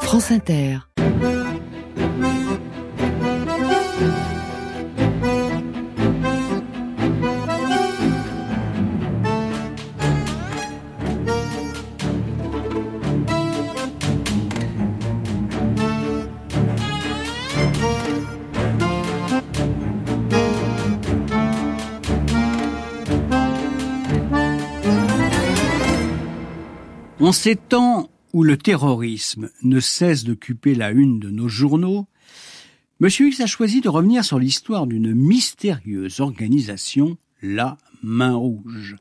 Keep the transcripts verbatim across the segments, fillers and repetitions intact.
France Inter. En ces temps où le terrorisme ne cesse d'occuper la une de nos journaux, M. X a choisi de revenir sur l'histoire d'une mystérieuse organisation, la Main Rouge.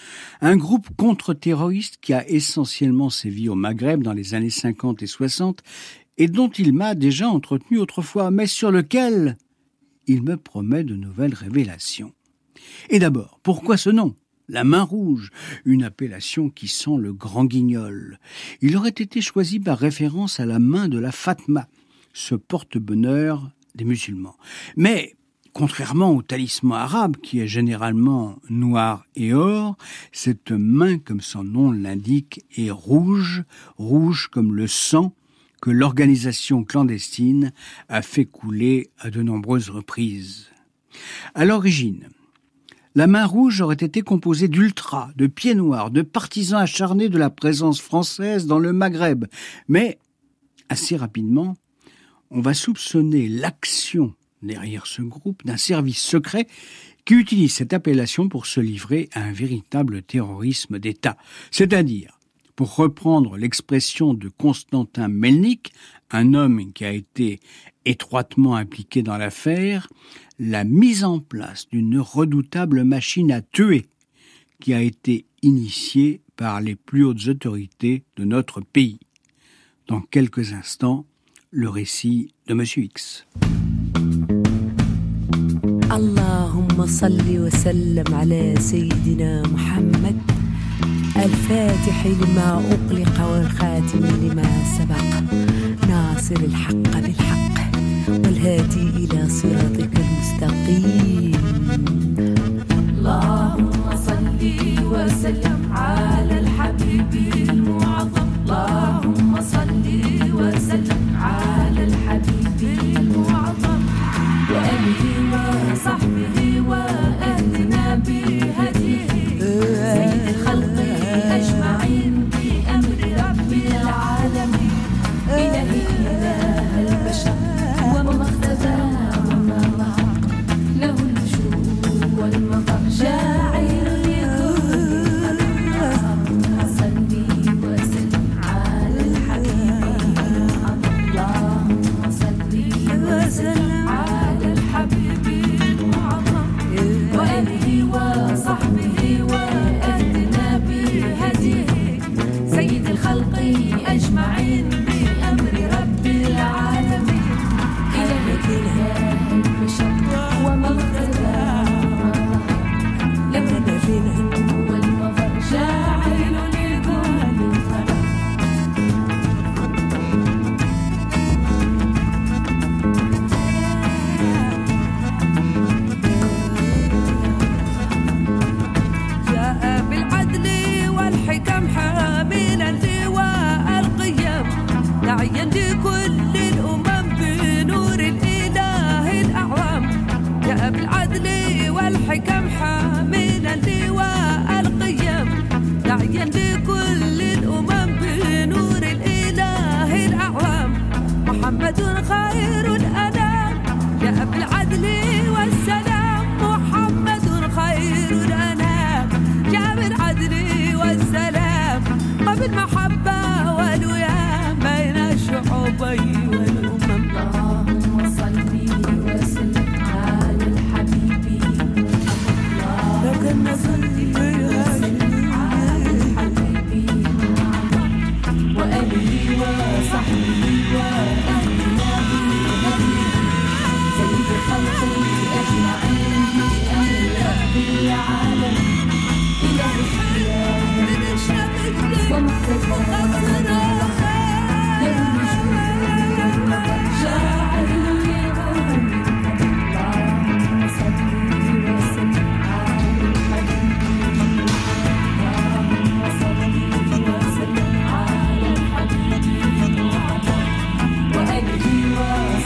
Un groupe contre-terroriste qui a essentiellement sévi au Maghreb dans les années cinquante et soixante et dont il m'a déjà entretenu autrefois, mais sur lequel il me promet de nouvelles révélations. Et d'abord, pourquoi ce nom ? La Main Rouge, une appellation qui sent le grand guignol. Il aurait été choisi par référence à la main de la Fatma, ce porte-bonheur des musulmans. Mais, contrairement au talisman arabe, qui est généralement noir et or, cette main, comme son nom l'indique, est rouge, rouge comme le sang que l'organisation clandestine a fait couler à de nombreuses reprises. À l'origine, la Main Rouge aurait été composée d'ultras, de pieds noirs, de partisans acharnés de la présence française dans le Maghreb. Mais, assez rapidement, on va soupçonner l'action derrière ce groupe d'un service secret qui utilise cette appellation pour se livrer à un véritable terrorisme d'État. C'est-à-dire, pour reprendre l'expression de Constantin Melnik, un homme qui a été étroitement impliqué dans l'affaire, la mise en place d'une redoutable machine à tuer qui a été initiée par les plus hautes autorités de notre pays. Dans quelques instants, le récit de M. X. Allahumma salli wa sallam ala Sayyidina Muhammad الفاتح لما أقلق والخاتم لما سبق ناصر الحق بالحق والهادي إلى صراطك المستقيم اللهم صل وسلم على الحبيب المعظم اللهم صل وسلم على الحبيب المعظم وآله وصحبه وأهلنا بهديه سيد الخلق أجمعين بأمر رب العالمين إلهي إله البشر وما اختفى وما ظهر له الوجود والمظهر شاعر لكل من صلي وسلم على الحبيب اللهم صلي وسلم على الحبيب المعظم وآله وصحبه وأهلنا بهديه سيد الخلق أجمعين بأمر رب العالمين إله إله البشر وما اغتدى له الوجود والمظهر شاعر لكل الخلق جاء بالعدل والحكم حاملا لواء القيم داعيا لكل الأمم بنور الإله الأعظم جاء بالعدل والحكم حاملا لواء القيم داعيا لكل الأمم بنور الإله الأعظم محمد خير الأنام جاء بالعدل والسلام محمد خير الأنام جاء بالعدل والسلام وبالمحبة والوئام بين الشعوبين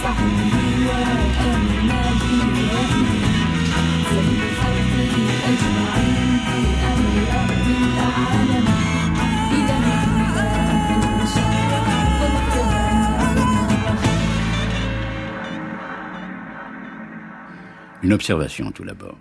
Une observation tout d'abord.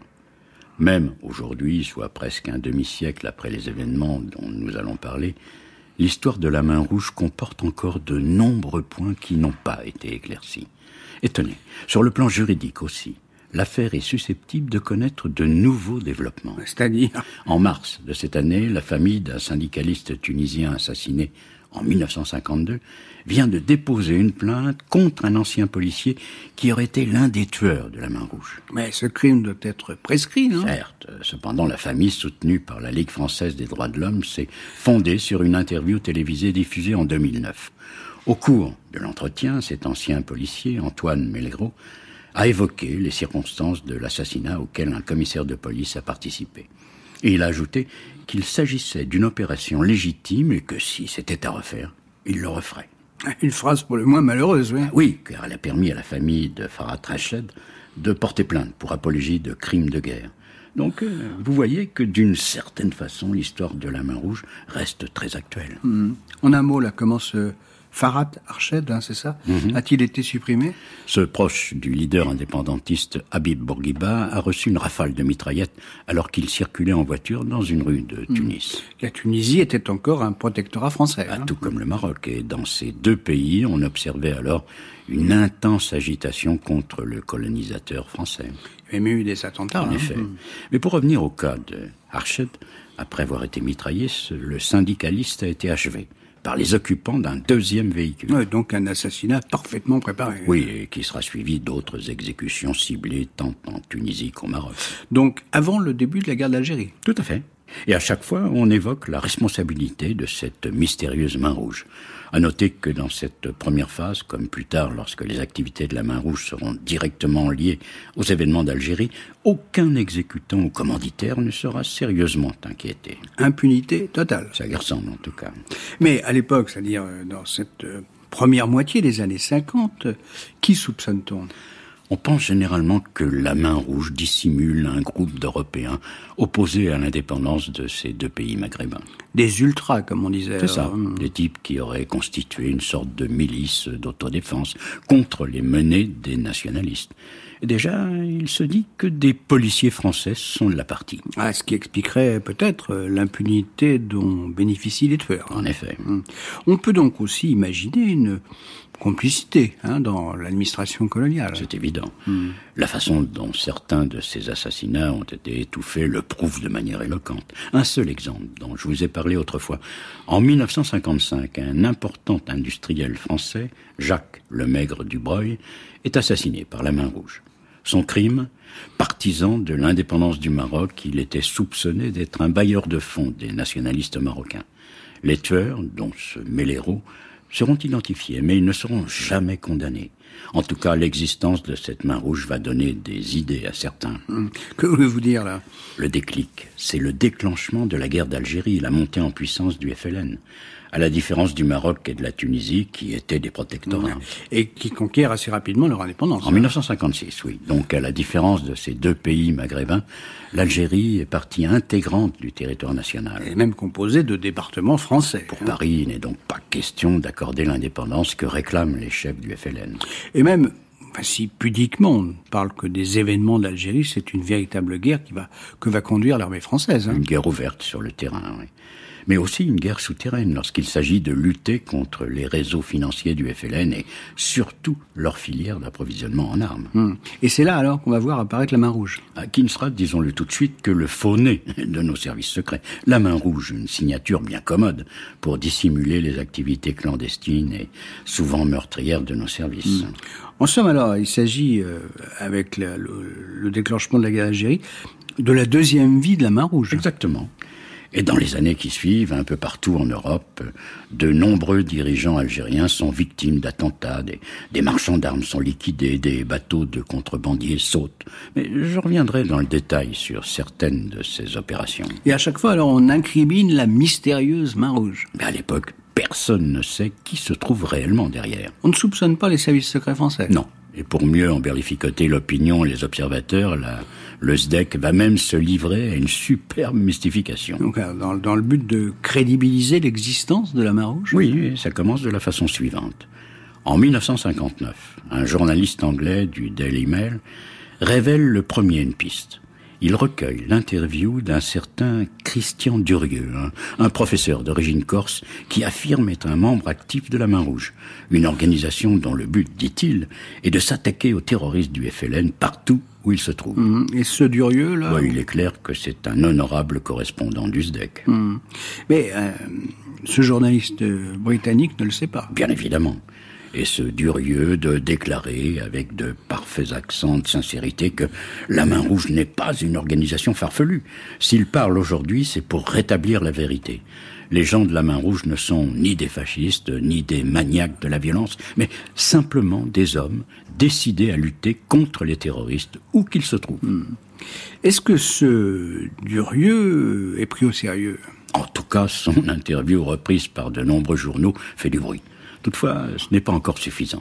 Même aujourd'hui, soit presque un demi-siècle après les événements dont nous allons parler, l'histoire de la main rouge comporte encore de nombreux points qui n'ont pas été éclaircis. Et tenez, sur le plan juridique aussi, l'affaire est susceptible de connaître de nouveaux développements. C'est-à-dire ? En mars de cette année, la famille d'un syndicaliste tunisien assassiné en mille neuf cent cinquante-deux vient de déposer une plainte contre un ancien policier qui aurait été l'un des tueurs de la main rouge. Mais ce crime doit être prescrit, non ? Certes. Cependant, la famille, soutenue par la Ligue française des droits de l'homme, s'est fondée sur une interview télévisée diffusée en deux mille neuf. Au cours de l'entretien, cet ancien policier, Antoine Melgro, a évoqué les circonstances de l'assassinat auquel un commissaire de police a participé. Et il a ajouté qu'il s'agissait d'une opération légitime et que si c'était à refaire, il le referait. Une phrase pour le moins malheureuse, oui. Oui, car elle a permis à la famille de Farhat Rached de porter plainte pour apologie de crimes de guerre. Donc, euh, vous voyez que d'une certaine façon, l'histoire de la main rouge reste très actuelle. Mmh. En un mot, là, comment ce Farhat Rached, hein, c'est ça, mmh. a-t-il été supprimé ? Ce proche du leader indépendantiste Habib Bourguiba a reçu une rafale de mitraillettes alors qu'il circulait en voiture dans une rue de Tunis. Mmh. La Tunisie était encore un protectorat français. Ah, hein. tout comme le Maroc. Et dans ces deux pays, on observait alors une intense agitation contre le colonisateur français. Il y avait même eu des attentats. En hein. effet. Mmh. Mais pour revenir au cas de Rached, après avoir été mitraillé, le syndicaliste a été achevé par les occupants d'un deuxième véhicule. Ouais, donc un assassinat parfaitement préparé. Oui, et qui sera suivi d'autres exécutions ciblées tant en Tunisie qu'au Maroc. Donc avant le début de la guerre d'Algérie. Tout à fait. Et à chaque fois, on évoque la responsabilité de cette mystérieuse main rouge. À noter que dans cette première phase, comme plus tard lorsque les activités de la main rouge seront directement liées aux événements d'Algérie, aucun exécutant ou commanditaire ne sera sérieusement inquiété. Impunité totale. Ça y ressemble en tout cas. Mais à l'époque, c'est-à-dire dans cette première moitié des années cinquante, qui soupçonne-t-on ? On pense généralement que la main rouge dissimule un groupe d'Européens opposés à l'indépendance de ces deux pays maghrébins. Des ultras, comme on disait. C'est ça, euh... des types qui auraient constitué une sorte de milice d'autodéfense contre les menées des nationalistes. Et déjà, il se dit que des policiers français sont de la partie. Ah, ce qui expliquerait peut-être l'impunité dont bénéficient les tueurs. En effet. On peut donc aussi imaginer une complicité hein, dans l'administration coloniale. C'est évident. Mmh. La façon dont certains de ces assassinats ont été étouffés le prouve de manière éloquente. Un seul exemple dont je vous ai parlé autrefois. En mille neuf cent cinquante-cinq, un important industriel français, Jacques Lemaigre du Breuil, est assassiné par la main rouge. Son crime, partisan de l'indépendance du Maroc, il était soupçonné d'être un bailleur de fonds des nationalistes marocains. Les tueurs, dont ce Melero, seront identifiés, mais ils ne seront jamais condamnés. En tout cas, l'existence de cette main rouge va donner des idées à certains. Hum. Que voulez-vous dire, là ? Le déclic, c'est le déclenchement de la guerre d'Algérie, la montée en puissance du F L N. À la différence du Maroc et de la Tunisie, qui étaient des protectorats. Et qui conquièrent assez rapidement leur indépendance. En mille neuf cent cinquante-six, oui. Donc, à la différence de ces deux pays maghrébins, l'Algérie est partie intégrante du territoire national. Et même composée de départements français. Pour hein. Paris, il n'est donc pas question d'accorder l'indépendance que réclament les chefs du F L N. Et même, enfin, si pudiquement on ne parle que des événements d'Algérie, c'est une véritable guerre qui va, que va conduire l'armée française. Hein. Une guerre ouverte sur le terrain, oui. Mais aussi une guerre souterraine lorsqu'il s'agit de lutter contre les réseaux financiers du F L N et surtout leur filière d'approvisionnement en armes. Hum. Et c'est là alors qu'on va voir apparaître la main rouge. Ah, qui ne sera, disons-le tout de suite, que le faux-nez de nos services secrets. La main rouge, une signature bien commode pour dissimuler les activités clandestines et souvent meurtrières de nos services. Hum. En somme alors, il s'agit, euh, avec la, le, le déclenchement de la guerre d'Algérie, de la deuxième vie de la main rouge. Exactement. Et dans les années qui suivent, un peu partout en Europe, de nombreux dirigeants algériens sont victimes d'attentats, des, des marchands d'armes sont liquidés, des bateaux de contrebandiers sautent. Mais je reviendrai dans le détail sur certaines de ces opérations. Et à chaque fois, alors, on incrimine la mystérieuse main rouge. Mais à l'époque, personne ne sait qui se trouve réellement derrière. On ne soupçonne pas les services secrets français. Non. Et pour mieux en berlificoter l'opinion et les observateurs, la, le S D E C va même se livrer à une superbe mystification. Donc, dans, dans le but de crédibiliser l'existence de la main rouge ? Oui, ça commence de la façon suivante. En mille neuf cent cinquante-neuf, un journaliste anglais du Daily Mail révèle le premier une piste. Il recueille l'interview d'un certain Christian Durieux, hein, un professeur d'origine corse qui affirme être un membre actif de la Main Rouge, une organisation dont le but, dit-il, est de s'attaquer aux terroristes du F L N partout où ils se trouvent. Mmh. Et ce Durieux, là... Ouais, il est clair que c'est un honorable correspondant du S D E C. Mmh. Mais euh, ce journaliste britannique ne le sait pas. Bien évidemment. Et ce Durieux de déclarer avec de parfaits accents de sincérité que la Main Rouge n'est pas une organisation farfelue. S'il parle aujourd'hui, c'est pour rétablir la vérité. Les gens de la Main Rouge ne sont ni des fascistes, ni des maniaques de la violence, mais simplement des hommes décidés à lutter contre les terroristes, où qu'ils se trouvent. Mmh. Est-ce que ce Durieux est pris au sérieux ? En tout cas, son interview reprise par de nombreux journaux fait du bruit. Toutefois, ce n'est pas encore suffisant.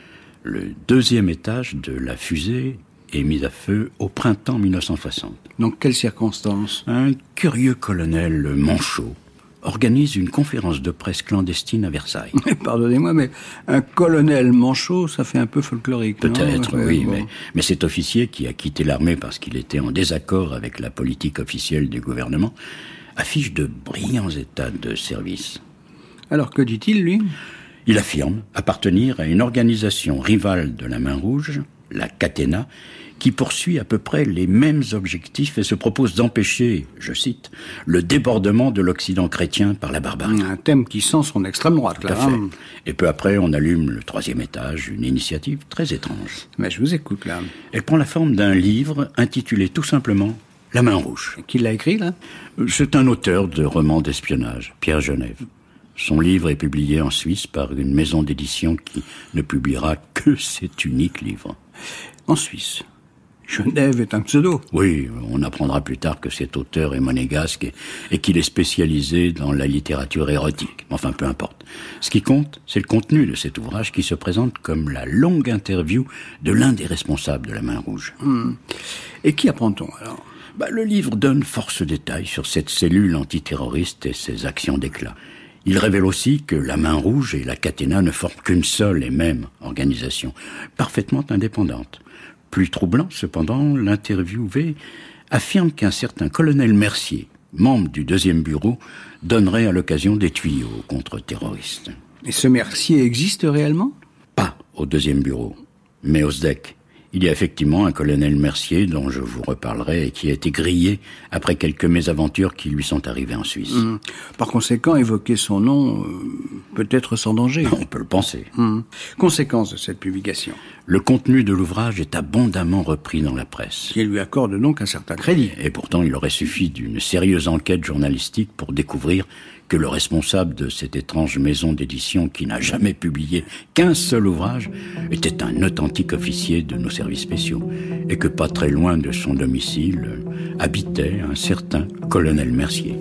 Le deuxième étage de la fusée est mis à feu au printemps mille neuf cent soixante. Dans quelles circonstances ? Un curieux colonel Manchot organise une conférence de presse clandestine à Versailles. Pardonnez-moi, mais un colonel Manchot, ça fait un peu folklorique, non ? Peut-être, ouais, oui, bon. mais, mais cet officier qui a quitté l'armée parce qu'il était en désaccord avec la politique officielle du gouvernement affiche de brillants états de service. Alors, que dit-il, lui ? Il affirme appartenir à une organisation rivale de la Main Rouge, la Catena, qui poursuit à peu près les mêmes objectifs et se propose d'empêcher, je cite, le débordement de l'Occident chrétien par la barbarie. Un thème qui sent son extrême droite, là. Tout à fait. Hein. Et peu après, on allume le troisième étage, une initiative très étrange. Mais je vous écoute, là. Elle prend la forme d'un livre intitulé tout simplement « La Main Rouge ». Qui l'a écrit, là ? C'est un auteur de romans d'espionnage, Pierre Genève. Son livre est publié en Suisse par une maison d'édition qui ne publiera que cet unique livre. En Suisse ? Genève est un pseudo. Oui, on apprendra plus tard que cet auteur est monégasque et, et qu'il est spécialisé dans la littérature érotique. Enfin, peu importe. Ce qui compte, c'est le contenu de cet ouvrage qui se présente comme la longue interview de l'un des responsables de la Main Rouge. Hum. Et qui apprend-on, alors ? Bah, le livre donne force détails sur cette cellule antiterroriste et ses actions d'éclat. Il révèle aussi que la Main Rouge et la Catena ne forment qu'une seule et même organisation, parfaitement indépendante. Plus troublant, cependant, l'interviewé affirme qu'un certain colonel Mercier, membre du deuxième bureau, donnerait à l'occasion des tuyaux aux contre-terroristes. Et ce Mercier existe réellement ? Pas au deuxième bureau, mais au S D E C. Il y a effectivement un colonel Mercier dont je vous reparlerai et qui a été grillé après quelques mésaventures qui lui sont arrivées en Suisse. Mmh. Par conséquent, évoquer son nom euh, peut être sans danger. On peut le penser. Mmh. Conséquence de cette publication. Le contenu de l'ouvrage est abondamment repris dans la presse. Qui lui accorde donc un certain crédit. Et pourtant, il aurait suffi d'une sérieuse enquête journalistique pour découvrir que le responsable de cette étrange maison d'édition qui n'a jamais publié qu'un seul ouvrage était un authentique officier de nos services spéciaux et que pas très loin de son domicile habitait un certain colonel Mercier.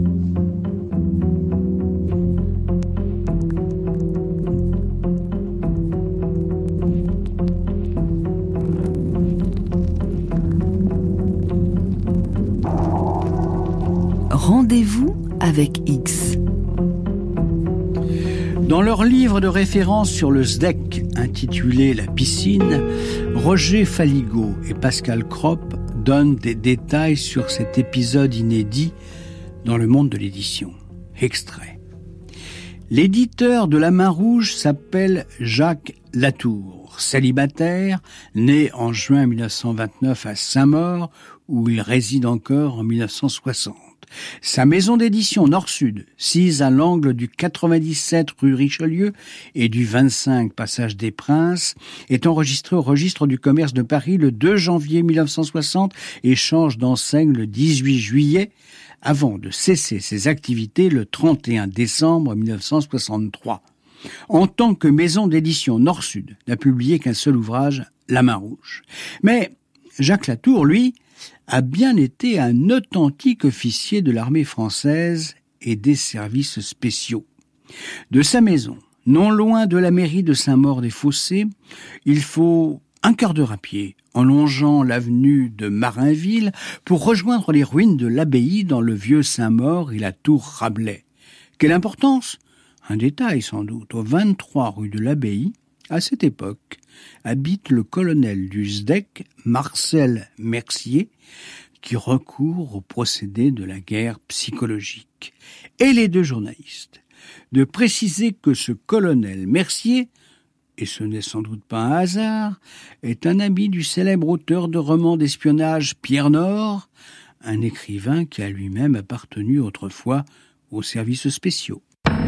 Rendez-vous avec X. Dans leur livre de référence sur le S D E C intitulé « La piscine », Roger Faligot et Pascal Kropp donnent des détails sur cet épisode inédit dans le monde de l'édition. Extrait. L'éditeur de La Main Rouge s'appelle Jacques Latour, célibataire, né en juin mille neuf cent vingt-neuf à Saint-Maur, où il réside encore en mille neuf cent soixante. Sa maison d'édition Nord-Sud, sise à l'angle du quatre-vingt-dix-sept rue Richelieu et du vingt-cinq passage des Princes, est enregistrée au registre du commerce de Paris le deux janvier mille neuf cent soixante et change d'enseigne le dix-huit juillet, avant de cesser ses activités le trente et un décembre mille neuf cent soixante-trois. En tant que maison d'édition Nord-Sud, n'a publié qu'un seul ouvrage, La Main Rouge. Mais Jacques Latour, lui, a bien été un authentique officier de l'armée française et des services spéciaux. De sa maison Non loin de la mairie de Saint-Maur-des-Fossés, il faut un quart d'heure à pied, en longeant l'avenue de Marinville, pour rejoindre les ruines de l'abbaye dans le vieux Saint-Maur et la tour Rabelais. Quelle importance ? Un détail sans doute, au vingt-trois rue de l'abbaye, à cette époque, habite le colonel du S D E C, Marcel Mercier, qui recourt au procédé de la guerre psychologique. Et les deux journalistes, de préciser que ce colonel Mercier, et ce n'est sans doute pas un hasard, est un ami du célèbre auteur de romans d'espionnage Pierre Nord, un écrivain qui a lui-même appartenu autrefois aux services spéciaux.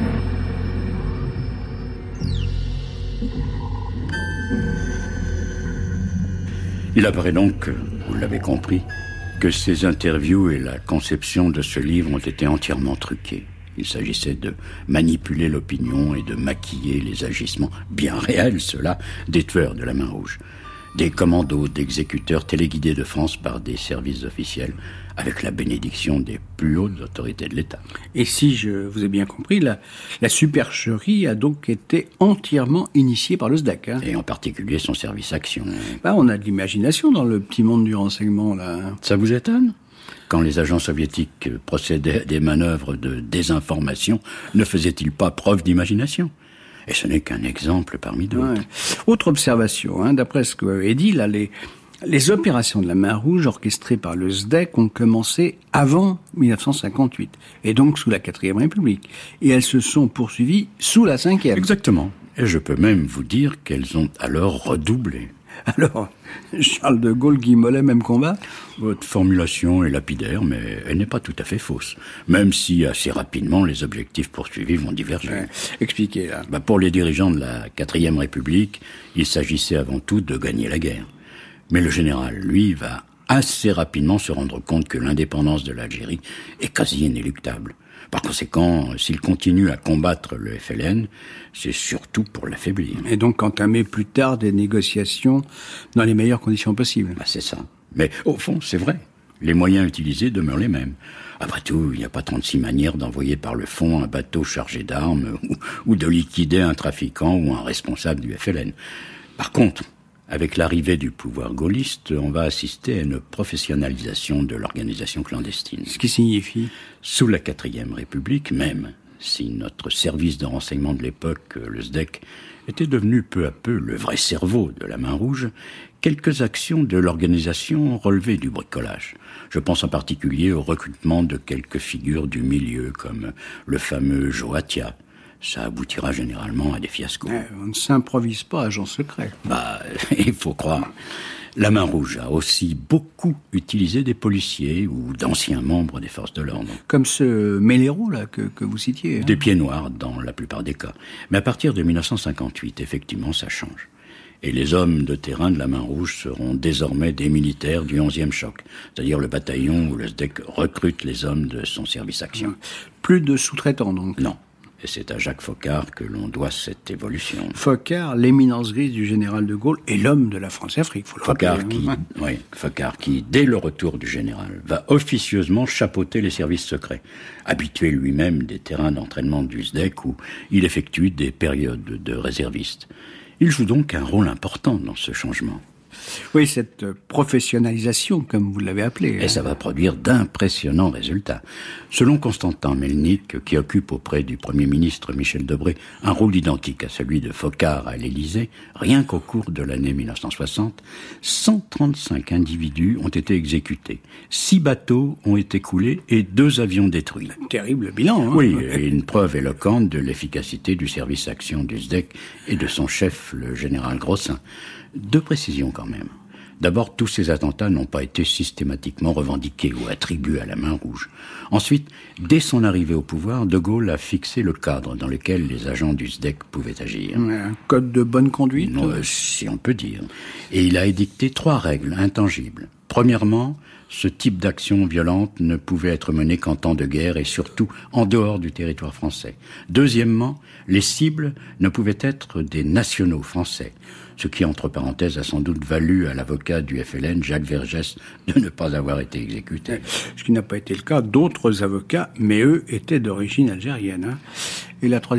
Il apparaît donc, vous l'avez compris, que ces interviews et la conception de ce livre ont été entièrement truquées. Il s'agissait de manipuler l'opinion et de maquiller les agissements, bien réels ceux-là, des tueurs de la Main Rouge. Des commandos d'exécuteurs téléguidés de France par des services officiels, avec la bénédiction des plus hautes autorités de l'État. Et si je vous ai bien compris, la, la supercherie a donc été entièrement initiée par le S D E C. Hein. Et en particulier son service action. Bah, on a de l'imagination dans le petit monde du renseignement, là. Ça vous étonne ? Quand les agents soviétiques procédaient à des manœuvres de désinformation, ne faisaient-ils pas preuve d'imagination ? Et ce n'est qu'un exemple parmi d'autres. Ouais. Autre observation, hein, d'après ce que vous avez dit, là, les, les opérations de la Main Rouge orchestrées par le S D E C ont commencé avant dix-neuf cent cinquante-huit, et donc sous la quatrième République. Et elles se sont poursuivies sous la cinquième. Exactement. Et je peux même vous dire qu'elles ont alors redoublé. Alors, Charles de Gaulle, Guy Mollet, même combat ? Votre formulation est lapidaire, mais elle n'est pas tout à fait fausse. Même si, assez rapidement, les objectifs poursuivis vont diverger. Ouais. Expliquez, là. Bah, pour les dirigeants de la quatrième République, il s'agissait avant tout de gagner la guerre. Mais le général, lui, va assez rapidement se rendre compte que l'indépendance de l'Algérie est quasi inéluctable. Par conséquent, s'il continue à combattre le F L N, c'est surtout pour l'affaiblir. Et donc entamer plus tard des négociations dans les meilleures conditions possibles. Bah, c'est ça. Mais au fond, c'est vrai. Les moyens utilisés demeurent les mêmes. Après tout, il n'y a pas trente-six manières d'envoyer par le fond un bateau chargé d'armes ou, ou de liquider un trafiquant ou un responsable du F L N. Par contre, avec l'arrivée du pouvoir gaulliste, on va assister à une professionnalisation de l'organisation clandestine. Ce qui signifie ? Sous la quatrième République même, si notre service de renseignement de l'époque, le S D E C, était devenu peu à peu le vrai cerveau de la Main Rouge, quelques actions de l'organisation relevaient du bricolage. Je pense en particulier au recrutement de quelques figures du milieu, comme le fameux Joatia. Ça aboutira généralement à des fiascos. Eh, on ne s'improvise pas agent secret. Bah, il faut croire. La Main Rouge a aussi beaucoup utilisé des policiers ou d'anciens membres des forces de l'ordre. Comme ce Méléro, là, que, que vous citiez. Hein. Des pieds noirs, dans la plupart des cas. Mais à partir de dix-neuf cent cinquante-huit, effectivement, ça change. Et les hommes de terrain de la Main Rouge seront désormais des militaires du onzième choc, c'est-à-dire le bataillon où le S D E C recrute les hommes de son service action. Plus de sous-traitants, donc. Non. Et c'est à Jacques Foccart que l'on doit cette évolution. Foccart, l'éminence grise du général de Gaulle, et l'homme de la France-Afrique, faut le Foccart rappeler. qui, Hein. oui, Foccart qui, dès le retour du général, va officieusement chapeauter les services secrets, habitué lui-même des terrains d'entraînement du S D E C où il effectue des périodes de réserviste. Il joue donc un rôle important dans ce changement. Oui, cette professionnalisation, comme vous l'avez appelé. Et ça va produire d'impressionnants résultats. Selon Constantin Melnik, qui occupe auprès du Premier ministre Michel Debré un rôle identique à celui de Foccart à l'Élysée, rien qu'au cours de l'année dix-neuf cent soixante, cent trente-cinq individus ont été exécutés. Six bateaux ont été coulés et deux avions détruits. Terrible bilan. Hein. Oui, et une preuve éloquente de l'efficacité du service action du S D E C et de son chef, le général Grossin. Deux précisions quand même. D'abord, tous ces attentats n'ont pas été systématiquement revendiqués ou attribués à la Main Rouge. Ensuite, dès son arrivée au pouvoir, De Gaulle a fixé le cadre dans lequel les agents du S D E C pouvaient agir. Un code de bonne conduite Non, euh, si on peut dire. Et il a édicté trois règles intangibles. Premièrement, ce type d'action violente ne pouvait être mené qu'en temps de guerre et surtout en dehors du territoire français. Deuxièmement, les cibles ne pouvaient être des nationaux français, ce qui, entre parenthèses, a sans doute valu à l'avocat du F L N, Jacques Vergès, de ne pas avoir été exécuté. Ce qui n'a pas été le cas d'autres avocats, mais eux étaient d'origine algérienne. Hein. Et la troisième règle ?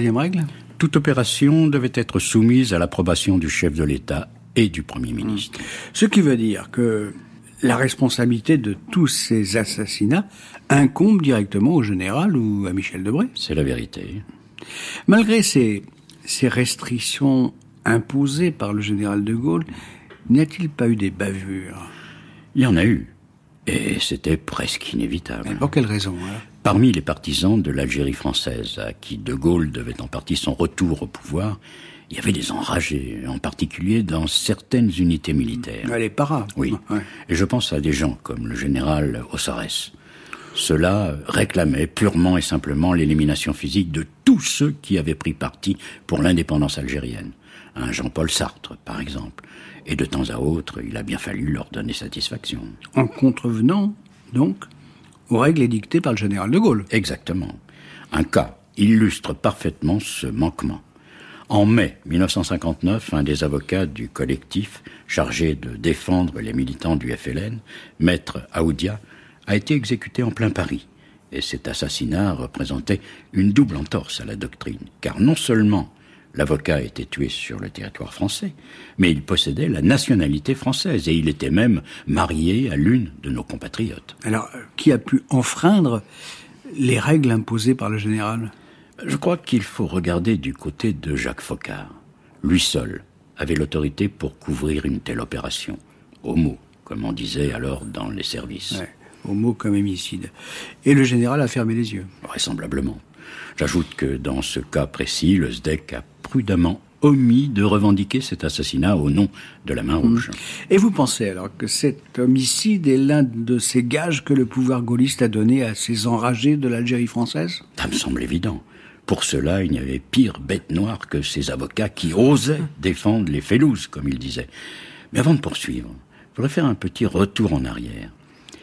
Toute opération devait être soumise à l'approbation du chef de l'État et du Premier ministre. Ce qui veut dire que la responsabilité de tous ces assassinats incombe directement au général ou à Michel Debré. C'est la vérité. Malgré ces, ces restrictions imposées par le général de Gaulle, n'y a-t-il pas eu des bavures ? Il y en a eu. Et c'était presque inévitable. Mais pour quelle raison alors ? Parmi les partisans de l'Algérie française, à qui de Gaulle devait en partie son retour au pouvoir, il y avait des enragés, en particulier dans certaines unités militaires. Les paras. Oui. Ouais. Et je pense à des gens comme le général Ossarès. Ceux-là réclamaient purement et simplement l'élimination physique de tous ceux qui avaient pris parti pour l'indépendance algérienne. Un Jean-Paul Sartre, par exemple. Et de temps à autre, il a bien fallu leur donner satisfaction. En contrevenant, donc, aux règles édictées par le général de Gaulle. Exactement. Un cas illustre parfaitement ce manquement. En mai mille neuf cent cinquante-neuf, un des avocats du collectif chargé de défendre les militants du F L N, maître Aoudia, a été exécuté en plein Paris. Et cet assassinat représentait une double entorse à la doctrine, car non seulement l'avocat a été tué sur le territoire français, mais il possédait la nationalité française et il était même marié à l'une de nos compatriotes. Alors, qui a pu enfreindre les règles imposées par le général ? Je crois qu'il faut regarder du côté de Jacques Foccart. Lui seul avait l'autorité pour couvrir une telle opération. Homo, comme on disait alors dans les services. Ouais, homo comme homicide. Et le général a fermé les yeux. Vraisemblablement. J'ajoute que dans ce cas précis, le S D E C a prudemment omis de revendiquer cet assassinat au nom de la Main Rouge. Et vous pensez alors que cet homicide est l'un de ces gages que le pouvoir gaulliste a donné à ces enragés de l'Algérie française ? Ça me semble évident. Pour cela, il n'y avait pire bête noire que ces avocats qui osaient défendre les Félouzes, comme ils disaient. Mais avant de poursuivre, je voudrais faire un petit retour en arrière.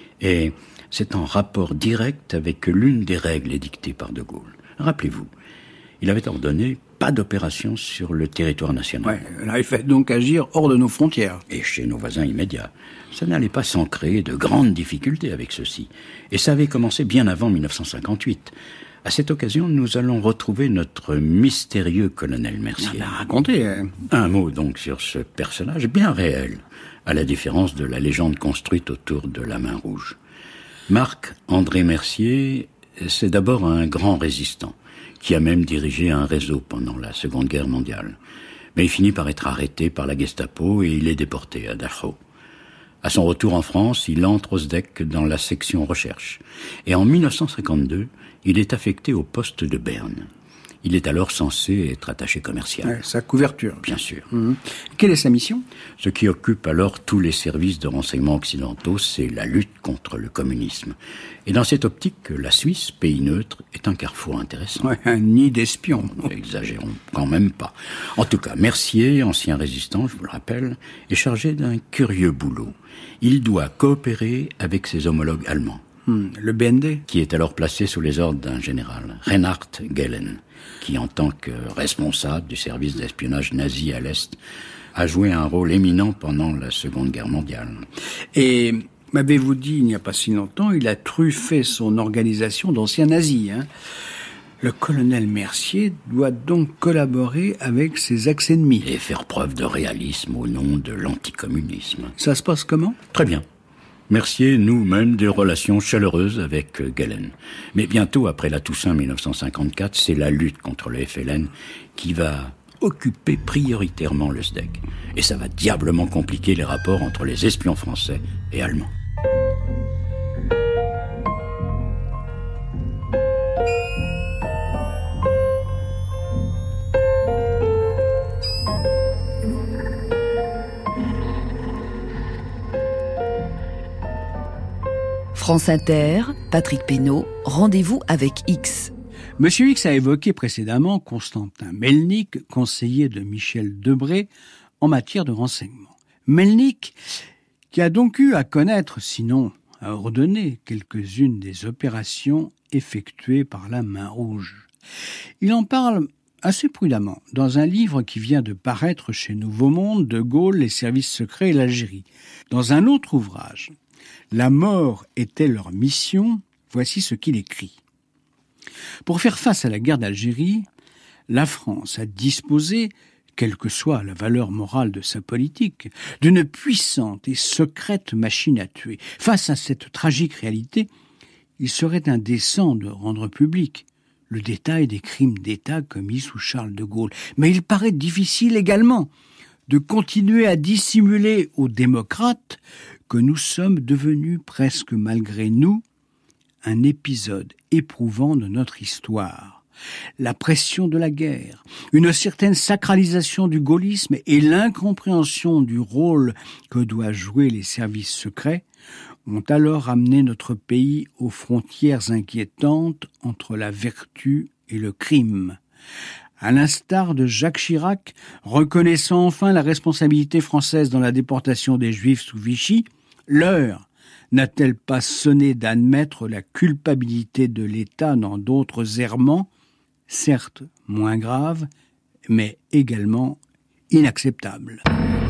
Et c'est en rapport direct avec l'une des règles édictées par de Gaulle. Rappelez-vous, il avait ordonné pas d'opération sur le territoire national. Ouais, là, il fait donc agir hors de nos frontières. Et chez nos voisins immédiats. Ça n'allait pas sans créer de grandes difficultés avec ceux-ci. Et ça avait commencé bien avant mille neuf cent cinquante-huit. À cette occasion, nous allons retrouver notre mystérieux colonel Mercier. Ah ben, racontez. Hein. Un mot donc sur ce personnage bien réel, à la différence de la légende construite autour de la Main Rouge. Marc-André Mercier, c'est d'abord un grand résistant, qui a même dirigé un réseau pendant la Seconde Guerre mondiale. Mais il finit par être arrêté par la Gestapo et il est déporté à Dachau. À son retour en France, il entre au S D E C dans la section recherche. Et en mille neuf cent cinquante-deux, il est affecté au poste de Berne. Il est alors censé être attaché commercial. Ouais, sa couverture. Bien sûr. Mmh. Quelle est sa mission ? Ce qui occupe alors tous les services de renseignement occidentaux, c'est la lutte contre le communisme. Et dans cette optique, la Suisse, pays neutre, est un carrefour intéressant. Ouais, un nid d'espions. Exagérons quand même pas. En tout cas, Mercier, ancien résistant, je vous le rappelle, est chargé d'un curieux boulot. Il doit coopérer avec ses homologues allemands. Hmm, le B N D ? Qui est alors placé sous les ordres d'un général, Reinhard Gehlen, qui en tant que responsable du service d'espionnage nazi à l'Est, a joué un rôle éminent pendant la Seconde Guerre mondiale. Et m'avez-vous dit, il n'y a pas si longtemps, il a truffé son organisation d'anciens nazis. Hein. Le colonel Mercier doit donc collaborer avec ses ex-ennemis. Et faire preuve de réalisme au nom de l'anticommunisme. Ça se passe comment ? Très bien. Mercier noue même des relations chaleureuses avec Gehlen. Mais bientôt, après la Toussaint mille neuf cent cinquante-quatre, c'est la lutte contre le F L N qui va occuper prioritairement le S D E C. Et ça va diablement compliquer les rapports entre les espions français et allemands. France Inter, Patrick Pénaud, rendez-vous avec X. Monsieur X a évoqué précédemment Constantin Melnik, conseiller de Michel Debré en matière de renseignement. Melnik, qui a donc eu à connaître, sinon à ordonner, quelques-unes des opérations effectuées par la Main Rouge. Il en parle assez prudemment dans un livre qui vient de paraître chez Nouveau Monde, De Gaulle, les services secrets et l'Algérie. Dans un autre ouvrage, La mort était leur mission, voici ce qu'il écrit. Pour faire face à la guerre d'Algérie, la France a disposé, quelle que soit la valeur morale de sa politique, d'une puissante et secrète machine à tuer. Face à cette tragique réalité, il serait indécent de rendre public le détail des crimes d'État commis sous Charles de Gaulle. Mais il paraît difficile également de continuer à dissimuler aux démocrates que nous sommes devenus presque malgré nous un épisode éprouvant de notre histoire. La pression de la guerre, une certaine sacralisation du gaullisme et l'incompréhension du rôle que doivent jouer les services secrets ont alors amené notre pays aux frontières inquiétantes entre la vertu et le crime. À l'instar de Jacques Chirac, reconnaissant enfin la responsabilité française dans la déportation des Juifs sous Vichy, l'heure n'a-t-elle pas sonné d'admettre la culpabilité de l'État dans d'autres errements, certes moins graves, mais également inacceptables?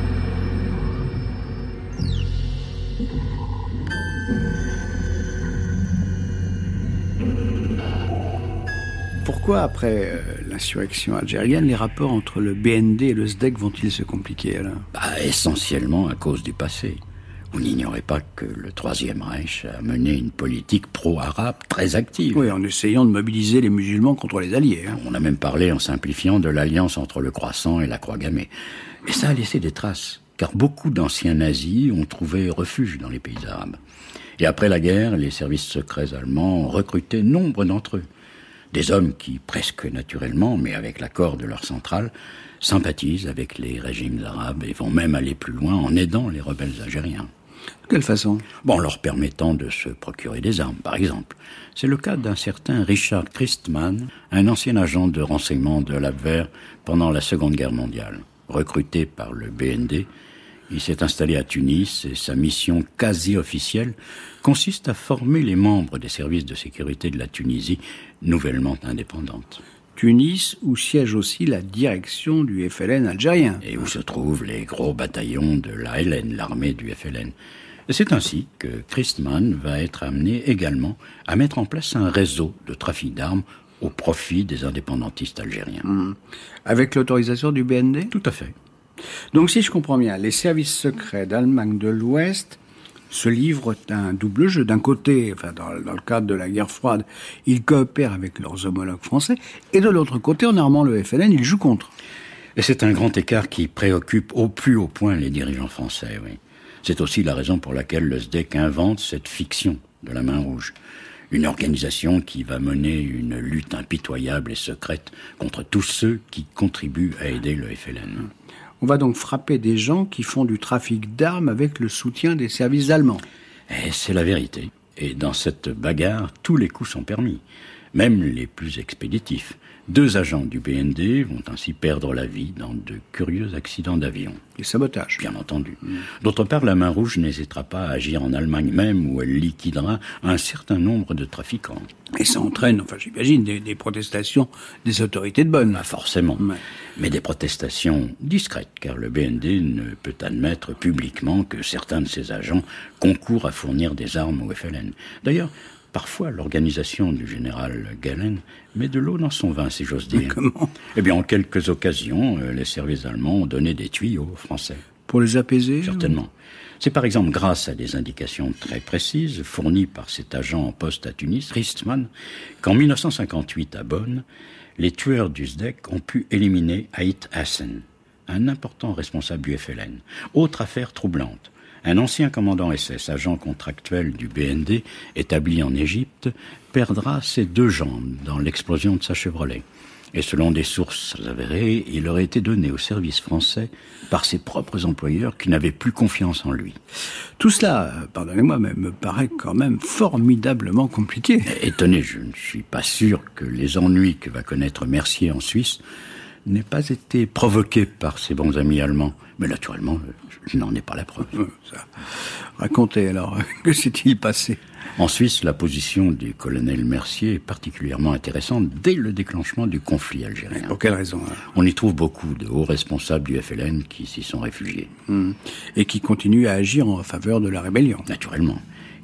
Pourquoi, après euh, l'insurrection algérienne, les rapports entre le B N D et le S D E C vont-ils se compliquer alors? Bah, essentiellement à cause du passé. Vous n'ignorez pas que le Troisième Reich a mené une politique pro-arabe très active. Oui, en essayant de mobiliser les musulmans contre les Alliés. Hein. On a même parlé, en simplifiant, de l'alliance entre le Croissant et la Croix gammée. Et ça a laissé des traces, car beaucoup d'anciens nazis ont trouvé refuge dans les pays arabes. Et après la guerre, les services secrets allemands ont recruté nombre d'entre eux. Des hommes qui, presque naturellement, mais avec l'accord de leur centrale, sympathisent avec les régimes arabes et vont même aller plus loin en aidant les rebelles algériens. De quelle façon? Bon, en leur permettant de se procurer des armes, par exemple. C'est le cas d'un certain Richard Christmann, un ancien agent de renseignement de l'Abwehr pendant la Seconde Guerre mondiale. Recruté par le B N D, il s'est installé à Tunis et sa mission quasi officielle consiste à former les membres des services de sécurité de la Tunisie, nouvellement indépendante. Tunis, où siège aussi la direction du F L N algérien. Et où se trouvent les gros bataillons de l'A L N, l'armée du F L N. Et c'est ainsi que Christmann va être amené également à mettre en place un réseau de trafic d'armes au profit des indépendantistes algériens. Mmh. Avec l'autorisation du B N D? Tout à fait. Donc si je comprends bien, les services secrets d'Allemagne de l'Ouest se livrent à un double jeu. D'un côté, enfin dans, dans le cadre de la guerre froide, ils coopèrent avec leurs homologues français, et de l'autre côté, en armant le F L N, ils jouent contre. Et c'est un grand écart qui préoccupe au plus haut point les dirigeants français, oui. C'est aussi la raison pour laquelle le S D E C invente cette fiction de la main rouge. Une organisation qui va mener une lutte impitoyable et secrète contre tous ceux qui contribuent à aider le F L N. On va donc frapper des gens qui font du trafic d'armes avec le soutien des services allemands. Et c'est la vérité. Et dans cette bagarre, tous les coups sont permis, même les plus expéditifs. Deux agents du B N D vont ainsi perdre la vie dans de curieux accidents d'avion. Et sabotage. Bien entendu. Mmh. D'autre part, la main rouge n'hésitera pas à agir en Allemagne même, où elle liquidera un certain nombre de trafiquants. Et ça entraîne, enfin j'imagine, des, des protestations des autorités de bonne. Ah, forcément. Ouais. Mais des protestations discrètes, car le B N D ne peut admettre publiquement que certains de ses agents concourent à fournir des armes au F L N. D'ailleurs, parfois, l'organisation du général Gehlen met de l'eau dans son vin, si j'ose dire. Mais comment? Eh bien, en quelques occasions, les services allemands ont donné des tuyaux aux Français. Pour les apaiser? Certainement. Ou... C'est par exemple grâce à des indications très précises fournies par cet agent en poste à Tunis, Christmann, qu'en mille neuf cent cinquante-huit, à Bonn, les tueurs du S D E C ont pu éliminer Ait Hassen, un important responsable du F L N. Autre affaire troublante. Un ancien commandant S S, agent contractuel du B N D, établi en Égypte, perdra ses deux jambes dans l'explosion de sa Chevrolet. Et selon des sources avérées, il aurait été donné au service français par ses propres employeurs qui n'avaient plus confiance en lui. Tout cela, pardonnez-moi, mais me paraît quand même formidablement compliqué. Étonné, je ne suis pas sûr que les ennuis que va connaître Mercier en Suisse n'aient pas été provoqués par ses bons amis allemands. Mais naturellement, je n'en ai pas la preuve. Ça. Racontez alors, que s'est-il passé? En Suisse, la position du colonel Mercier est particulièrement intéressante dès le déclenchement du conflit algérien. Mais pour quelle raison? Hein? On y trouve beaucoup de hauts responsables du F L N qui s'y sont réfugiés. Mmh. Et qui continuent à agir en faveur de la rébellion. Naturellement.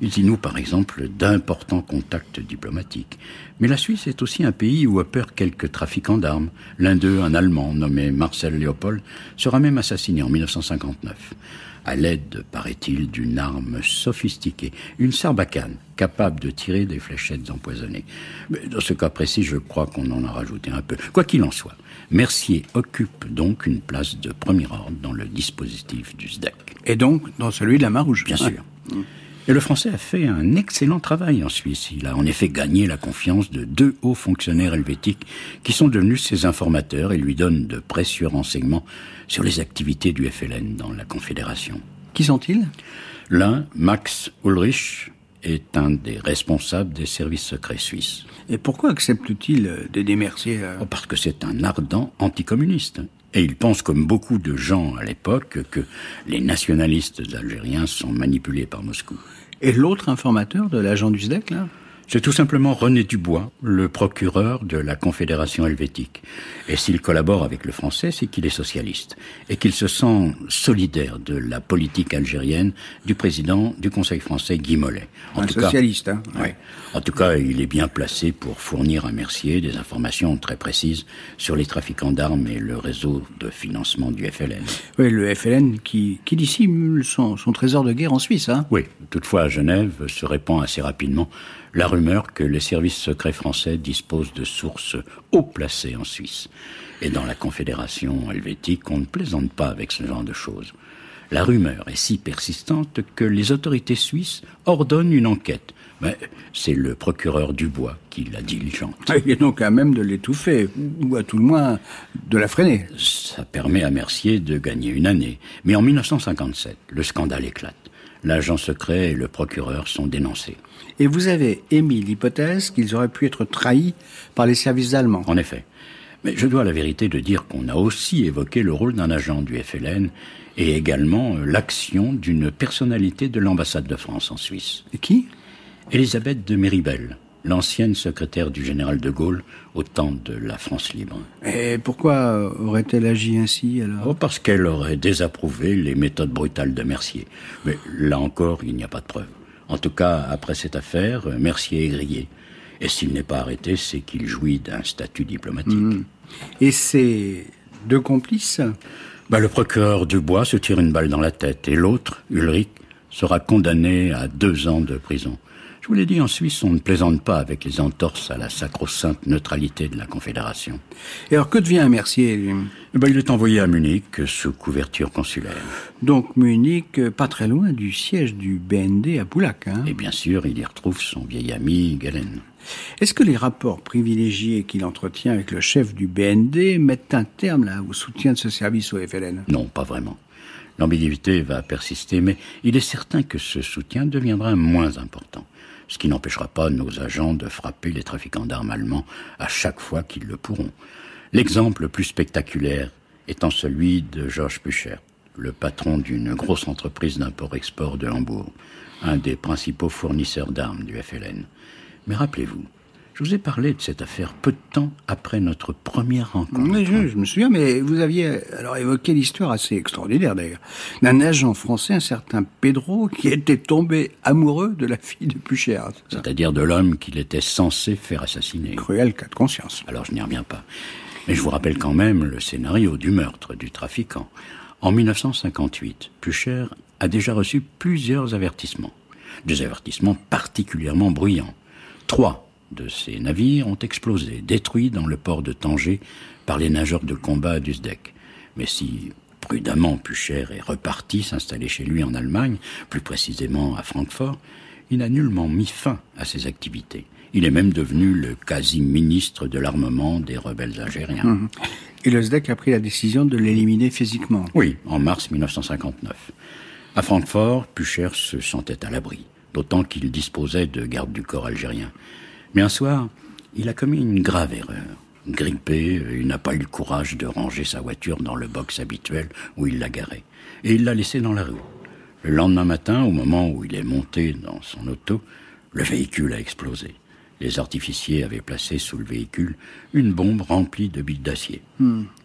Ils y nouent par exemple d'importants contacts diplomatiques. Mais la Suisse est aussi un pays où opèrent quelques trafiquants d'armes. L'un d'eux, un Allemand nommé Marcel Léopold, sera même assassiné en mille neuf cent cinquante-neuf. À l'aide, paraît-il, d'une arme sophistiquée, une sarbacane, capable de tirer des fléchettes empoisonnées. Mais dans ce cas précis, je crois qu'on en a rajouté un peu. Quoi qu'il en soit, Mercier occupe donc une place de premier ordre dans le dispositif du S D E C. Et donc dans celui de la Main-Rouge. Bien sûr. Et le Français a fait un excellent travail en Suisse. Il a en effet gagné la confiance de deux hauts fonctionnaires helvétiques qui sont devenus ses informateurs et lui donnent de précieux renseignements sur les activités du F L N dans la Confédération. Qui sont-ils ? L'un, Max Ulrich, est un des responsables des services secrets suisses. Et pourquoi accepte-t-il d'aider Mercier à... Oh, parce que c'est un ardent anticommuniste. Et il pense, comme beaucoup de gens à l'époque, que les nationalistes algériens sont manipulés par Moscou. Et l'autre informateur de l'agent du S D E C, là ? C'est tout simplement René Dubois, le procureur de la Confédération helvétique. Et s'il collabore avec le français, c'est qu'il est socialiste. Et qu'il se sent solidaire de la politique algérienne du président du Conseil français, Guy Mollet. En Un tout socialiste, cas, hein oui. En tout cas, il est bien placé pour fournir à Mercier des informations très précises sur les trafiquants d'armes et le réseau de financement du F L N. Oui, le F L N qui, qui dissimule son, son trésor de guerre en Suisse, hein. Oui, toutefois à Genève se répand assez rapidement la rumeur que les services secrets français disposent de sources haut placées en Suisse. Et dans la Confédération helvétique, on ne plaisante pas avec ce genre de choses. La rumeur est si persistante que les autorités suisses ordonnent une enquête. Mais c'est le procureur Dubois qui la diligente. Il est donc à même de l'étouffer, ou à tout le moins de la freiner. Ça permet à Mercier de gagner une année. Mais en mille neuf cent cinquante-sept, le scandale éclate. L'agent secret et le procureur sont dénoncés. Et vous avez émis l'hypothèse qu'ils auraient pu être trahis par les services allemands. En effet. Mais je dois la vérité de dire qu'on a aussi évoqué le rôle d'un agent du F L N et également l'action d'une personnalité de l'ambassade de France en Suisse. Et qui ? Elisabeth de Méribel, l'ancienne secrétaire du général de Gaulle au temps de la France libre. Et pourquoi aurait-elle agi ainsi, alors ? Oh, parce qu'elle aurait désapprouvé les méthodes brutales de Mercier. Mais là encore, il n'y a pas de preuve. En tout cas, après cette affaire, Mercier est grillé. Et s'il n'est pas arrêté, c'est qu'il jouit d'un statut diplomatique. Mmh. Et ces deux complices ? Bah, le procureur Dubois se tire une balle dans la tête. Et l'autre, Ulrich, sera condamné à deux ans de prison. Je vous l'ai dit, en Suisse, on ne plaisante pas avec les entorses à la sacro-sainte neutralité de la Confédération. Et alors, que devient Mercier, lui ? Eh ben, il est envoyé à Munich sous couverture consulaire. Donc Munich, pas très loin du siège du B N D à Boulac, hein ? Et bien sûr, il y retrouve son vieil ami, Galen. Est-ce que les rapports privilégiés qu'il entretient avec le chef du B N D mettent un terme là, au soutien de ce service au F L N ? Non, pas vraiment. L'ambiguïté va persister, mais il est certain que ce soutien deviendra moins important. Ce qui n'empêchera pas nos agents de frapper les trafiquants d'armes allemands à chaque fois qu'ils le pourront. L'exemple le plus spectaculaire étant celui de Georges Pucher, le patron d'une grosse entreprise d'import-export de Hambourg, un des principaux fournisseurs d'armes du F L N. Mais rappelez-vous, je vous ai parlé de cette affaire peu de temps après notre première rencontre. Oui, je, je me souviens, mais vous aviez alors évoqué l'histoire assez extraordinaire d'ailleurs, d'un agent français, un certain Pedro, qui était tombé amoureux de la fille de Pucher. C'est C'est-à-dire de l'homme qu'il était censé faire assassiner. Cruel cas de conscience. Alors je n'y reviens pas. Mais je vous rappelle quand même le scénario du meurtre du trafiquant. En mille neuf cent cinquante-huit, Pucher a déjà reçu plusieurs avertissements. Des avertissements particulièrement bruyants. Trois de ces navires ont explosé, détruits dans le port de Tanger par les nageurs de combat du S D E C. Mais si prudemment Pucher est reparti s'installer chez lui en Allemagne, plus précisément à Francfort, il n'a nullement mis fin à ses activités. Il est même devenu le quasi-ministre de l'armement des rebelles algériens. Mmh. Et le S D E C a pris la décision de l'éliminer physiquement. Oui, en mars mille neuf cent cinquante-neuf. À Francfort, Pucher se sentait à l'abri, d'autant qu'il disposait de gardes du corps algériens. Mais un soir, il a commis une grave erreur. Grippé, il n'a pas eu le courage de ranger sa voiture dans le box habituel où il l'a garée. Et il l'a laissée dans la rue. Le lendemain matin, au moment où il est monté dans son auto, le véhicule a explosé. Les artificiers avaient placé sous le véhicule une bombe remplie de billes d'acier. Hmm.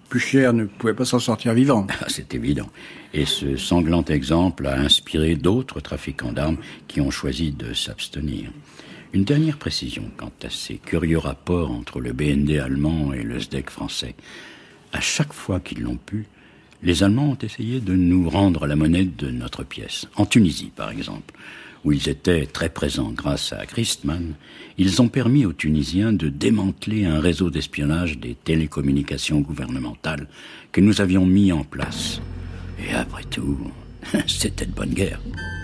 Plucher ne pouvait pas s'en sortir vivant. Ah, c'est évident. Et ce sanglant exemple a inspiré d'autres trafiquants d'armes qui ont choisi de s'abstenir. Une dernière précision quant à ces curieux rapports entre le B N D allemand et le S D E C français. À chaque fois qu'ils l'ont pu, les Allemands ont essayé de nous rendre la monnaie de notre pièce. En Tunisie, par exemple, où ils étaient très présents grâce à Christmann, ils ont permis aux Tunisiens de démanteler un réseau d'espionnage des télécommunications gouvernementales que nous avions mis en place. Et après tout, c'était de bonne guerre.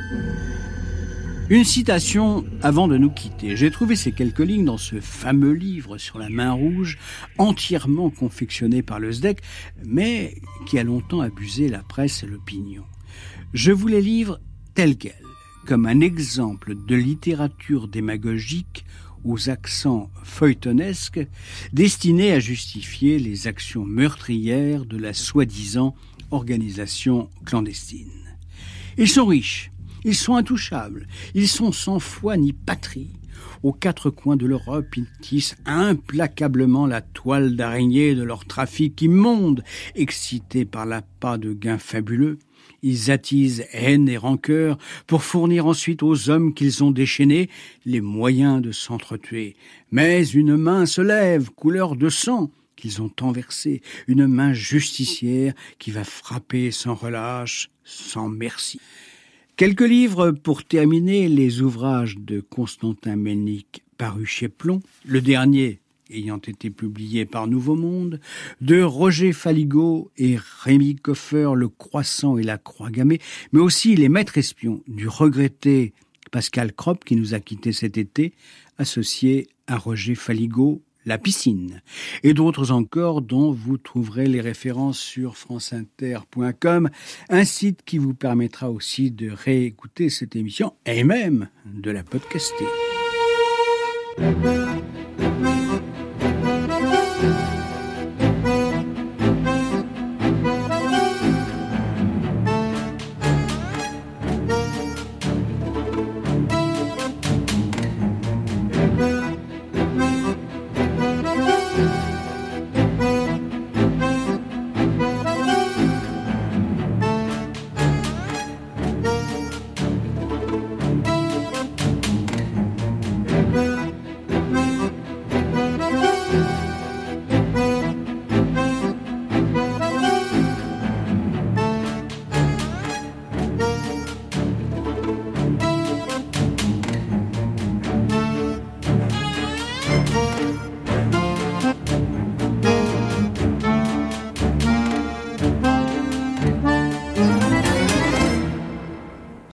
Une citation avant de nous quitter. J'ai trouvé ces quelques lignes dans ce fameux livre sur la main rouge, entièrement confectionné par le S D E C, mais qui a longtemps abusé la presse et l'opinion. Je vous les livre tels quels, comme un exemple de littérature démagogique aux accents feuilletonesques, destinés à justifier les actions meurtrières de la soi-disant organisation clandestine. Ils sont riches. Ils sont intouchables, ils sont sans foi ni patrie. Aux quatre coins de l'Europe, ils tissent implacablement la toile d'araignée de leur trafic immonde. Excités par l'appât de gains fabuleux, ils attisent haine et rancœur pour fournir ensuite aux hommes qu'ils ont déchaînés les moyens de s'entretuer. Mais une main se lève, couleur de sang, qu'ils ont tant versé, une main justicière qui va frapper sans relâche, sans merci. Quelques livres pour terminer, les ouvrages de Constantin Melnick parus chez Plomb, le dernier ayant été publié par Nouveau Monde, de Roger Faligot et Rémi Koffer, Le Croissant et la Croix gammée, mais aussi Les Maîtres espions du regretté Pascal Kropp qui nous a quittés cet été, associé à Roger Faligot, La Piscine, et d'autres encore dont vous trouverez les références sur franceinter point com, un site qui vous permettra aussi de réécouter cette émission et même de la podcaster.